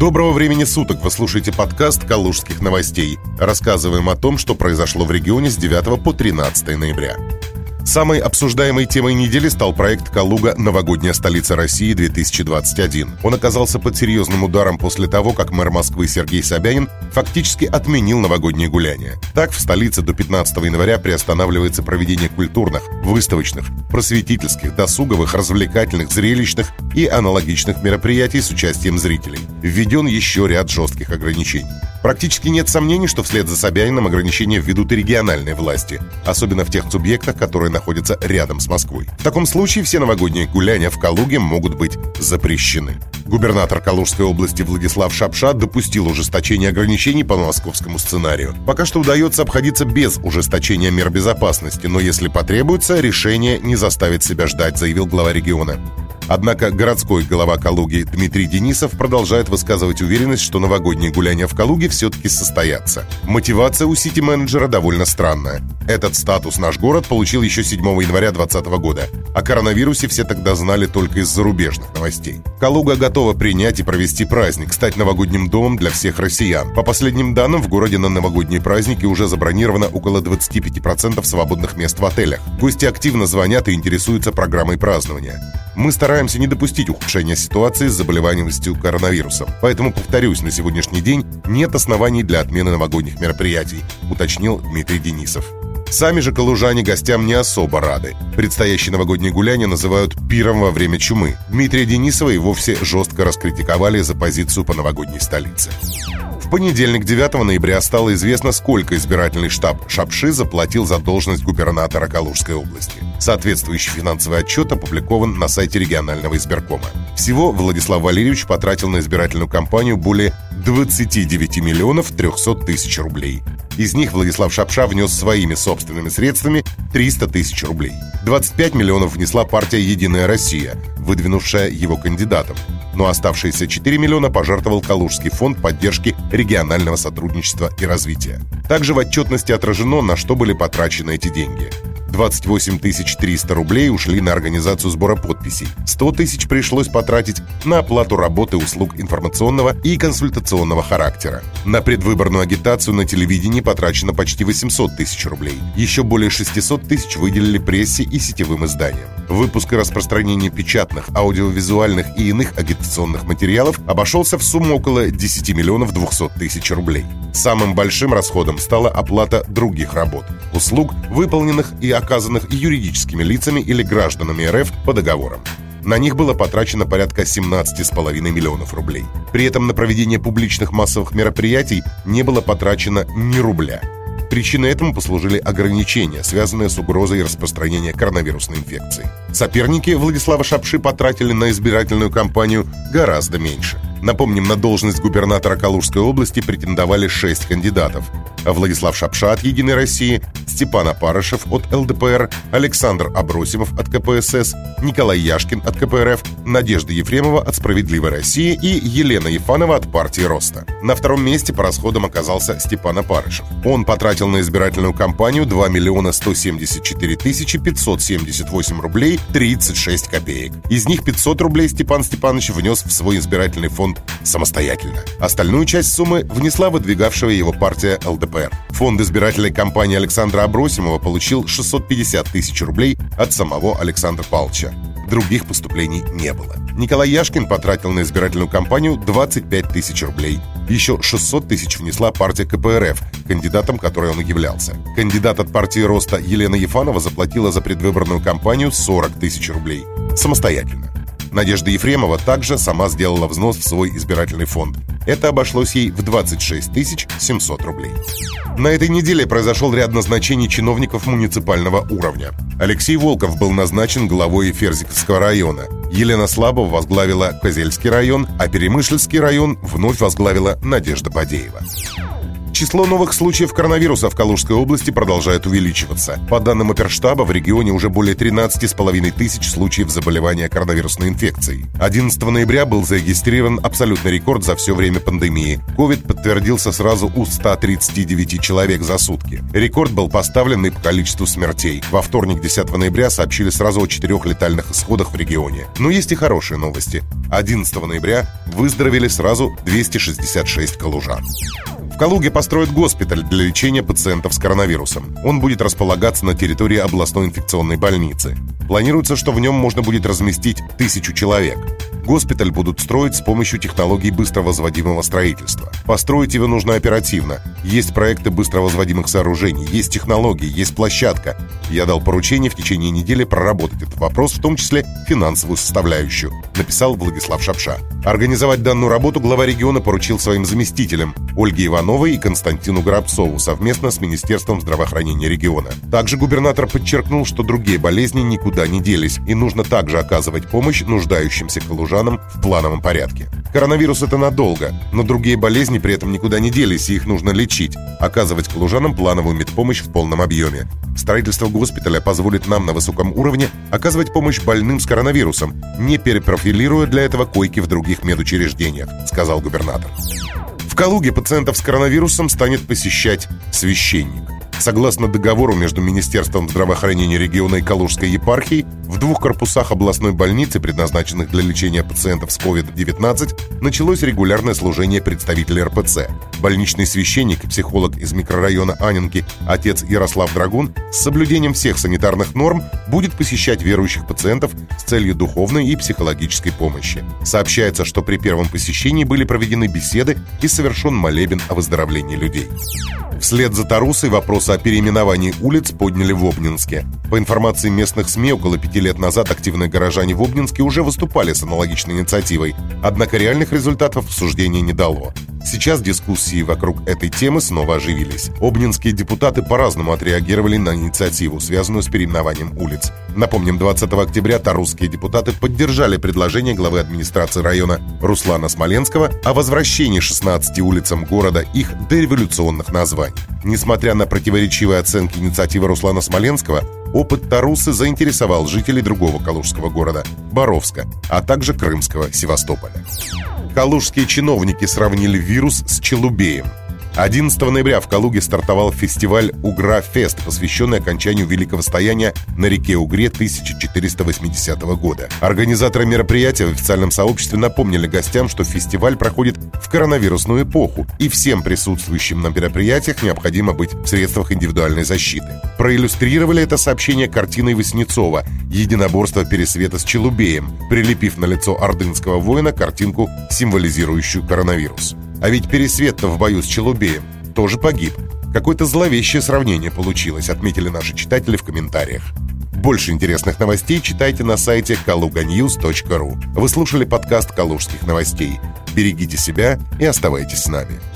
Доброго времени суток! Вы слушаете подкаст «Калужских новостей». Рассказываем о том, что произошло в регионе с 9 по 13 ноября. Самой обсуждаемой темой недели стал проект «Калуга. Новогодняя столица России-2021». Он оказался под серьезным ударом после того, как мэр Москвы Сергей Собянин фактически отменил новогодние гуляния. Так, в столице до 15 января приостанавливается проведение культурных, выставочных, просветительских, досуговых, развлекательных, зрелищных и аналогичных мероприятий с участием зрителей. Введен еще ряд жестких ограничений. Практически нет сомнений, что вслед за Собяниным ограничения введут и региональные власти, особенно в тех субъектах, которые находятся рядом с Москвой. В таком случае все новогодние гуляния в Калуге могут быть запрещены. Губернатор Калужской области Владислав Шапша допустил ужесточение ограничений по московскому сценарию. Пока что удается обходиться без ужесточения мер безопасности, но если потребуется, решение не заставит себя ждать, заявил глава региона. Однако городской глава Калуги Дмитрий Денисов продолжает высказывать уверенность, что новогодние гуляния в Калуге все-таки состоятся. Мотивация у сити-менеджера довольно странная. Этот статус наш город получил еще 7 января 2020 года. О коронавирусе все тогда знали только из зарубежных новостей. Калуга готова принять и провести праздник, стать новогодним домом для всех россиян. По последним данным, в городе на новогодние праздники уже забронировано около 25% свободных мест в отелях. Гости активно звонят и интересуются программой празднования. Мы стараемся не допустить ухудшения ситуации с заболеваемостью коронавирусом. Поэтому, повторюсь, на сегодняшний день нет оснований для отмены новогодних мероприятий, уточнил Дмитрий Денисов. Сами же калужане гостям не особо рады. Предстоящие новогодние гуляния называют пиром во время чумы. Дмитрия Денисова и вовсе жестко раскритиковали за позицию по новогодней столице. В понедельник, 9 ноября, стало известно, сколько избирательный штаб Шапши заплатил за должность губернатора Калужской области. Соответствующий финансовый отчет опубликован на сайте регионального избиркома. Всего Владислав Валерьевич потратил на избирательную кампанию более 29 миллионов 300 тысяч рублей. Из них Владислав Шапша внес своими собственными средствами 300 тысяч рублей. 25 миллионов внесла партия «Единая Россия», выдвинувшая его кандидатом. Но оставшиеся 4 миллиона пожертвовал Калужский фонд поддержки регионального сотрудничества и развития. Также в отчетности отражено, на что были потрачены эти деньги. 28 300 рублей ушли на организацию сбора подписей. 100 тысяч пришлось потратить на оплату работы услуг информационного и консультационного характера. На предвыборную агитацию на телевидении потрачено почти 800 тысяч рублей. Еще более 600 тысяч выделили прессе и сетевым изданиям. Выпуск и распространение печатных, аудиовизуальных и иных агитационных материалов обошелся в сумму около 10 миллионов 200 тысяч рублей. Самым большим расходом стала оплата других работ, услуг, выполненных и оказанных юридическими лицами или гражданами РФ по договорам. На них было потрачено порядка 17,5 миллионов рублей. При этом на проведение публичных массовых мероприятий не было потрачено ни рубля. Причиной этому послужили ограничения, связанные с угрозой распространения коронавирусной инфекции. Соперники Владислава Шапши потратили на избирательную кампанию гораздо меньше. Напомним, на должность губернатора Калужской области претендовали 6 кандидатов. Владислав Шапша от «Единой России», Степан Апарышев от ЛДПР, Александр Абросимов от КПСС, Николай Яшкин от КПРФ, Надежда Ефремова от «Справедливой России» и Елена Ефанова от партии «Роста». На втором месте по расходам оказался Степан Апарышев. Он потратил на избирательную кампанию 2 миллиона 174 тысячи 578 рублей 36 копеек. Из них 500 рублей Степан Степанович внес в свой избирательный фонд самостоятельно. Остальную часть суммы внесла выдвигавшая его партия ЛДПР. Фонд избирательной кампании Александра Абросимова получил 650 тысяч рублей от самого Александра Павловича. Других поступлений не было. Николай Яшкин потратил на избирательную кампанию 25 тысяч рублей. Еще 600 тысяч внесла партия КПРФ, кандидатом которой он являлся. Кандидат от партии «Роста» Елена Ефанова заплатила за предвыборную кампанию 40 тысяч рублей. Самостоятельно. Надежда Ефремова также сама сделала взнос в свой избирательный фонд. Это обошлось ей в 26 700 рублей. На этой неделе произошел ряд назначений чиновников муниципального уровня. Алексей Волков был назначен главой Ферзиковского района. Елена Слабова возглавила Козельский район, а Перемышльский район вновь возглавила Надежда Бадеева. Число новых случаев коронавируса в Калужской области продолжает увеличиваться. По данным оперштаба, в регионе уже более 13,5 тысяч случаев заболевания коронавирусной инфекцией. 11 ноября был зарегистрирован абсолютный рекорд за все время пандемии. ковид подтвердился сразу у 139 человек за сутки. Рекорд был поставлен и по количеству смертей. Во вторник, 10 ноября, сообщили сразу о 4 летальных исходах в регионе. Но есть и хорошие новости. 11 ноября выздоровели сразу 266 калужан. В Калуге построят госпиталь для лечения пациентов с коронавирусом. Он будет располагаться на территории областной инфекционной больницы. Планируется, что в нем можно будет разместить 1000 человек. Госпиталь будут строить с помощью технологий быстровозводимого строительства. Построить его нужно оперативно. Есть проекты быстровозводимых сооружений, есть технологии, есть площадка. Я дал поручение в течение недели проработать этот вопрос, в том числе финансовую составляющую, написал Владислав Шапша. Организовать данную работу глава региона поручил своим заместителям Ольге Ивановой и Константину Горобцову совместно с Министерством здравоохранения региона. Также губернатор подчеркнул, что другие болезни никуда не делись, и нужно также оказывать помощь нуждающимся калужанам в плановом порядке. Коронавирус – это надолго, но другие болезни при этом никуда не делись, и их нужно лечить, оказывать калужанам плановую медпомощь в полном объеме. Строительство госпиталя позволит нам на высоком уровне оказывать помощь больным с коронавирусом, не перепрофилируя для этого койки в других медучреждениях, сказал губернатор. В Калуге пациентов с коронавирусом станет посещать священник. Согласно договору между Министерством здравоохранения региона и Калужской епархией, в 2 корпусах областной больницы, предназначенных для лечения пациентов с COVID-19, началось регулярное служение представителей РПЦ. Больничный священник и психолог из микрорайона Анненки, отец Ярослав Драгун, с соблюдением всех санитарных норм будет посещать верующих пациентов с целью духовной и психологической помощи. Сообщается, что при первом посещении были проведены беседы и совершен молебен о выздоровлении людей. Вслед за Тарусой вопросы о переименовании улиц подняли в Обнинске. По информации местных СМИ, около 5 лет назад активные горожане в Обнинске уже выступали с аналогичной инициативой, однако реальных результатов обсуждение не дало. Сейчас дискуссии вокруг этой темы снова оживились. Обнинские депутаты по-разному отреагировали на инициативу, связанную с переименованием улиц. Напомним, 20 октября тарусские депутаты поддержали предложение главы администрации района Руслана Смоленского о возвращении 16 улицам города их дореволюционных названий. Несмотря на противоречивые оценки инициативы Руслана Смоленского, опыт Тарусы заинтересовал жителей другого калужского города – Боровска, а также крымского Севастополя. Калужские чиновники сравнили вирус с челубеем. 11 ноября в Калуге стартовал фестиваль «Угра-фест», посвященный окончанию великого стояния на реке Угре 1480 года. Организаторы мероприятия в официальном сообществе напомнили гостям, что фестиваль проходит в коронавирусную эпоху, и всем присутствующим на мероприятиях необходимо быть в средствах индивидуальной защиты. Проиллюстрировали это сообщение картиной Васнецова «Единоборство Пересвета с челубеем», прилепив на лицо ордынского воина картинку, символизирующую коронавирус. А ведь Пересвет-то в бою с челубеем тоже погиб. Какое-то зловещее сравнение получилось, отметили наши читатели в комментариях. Больше интересных новостей читайте на сайте kaluganews.ru. Вы слушали подкаст «Калужских новостей». Берегите себя и оставайтесь с нами.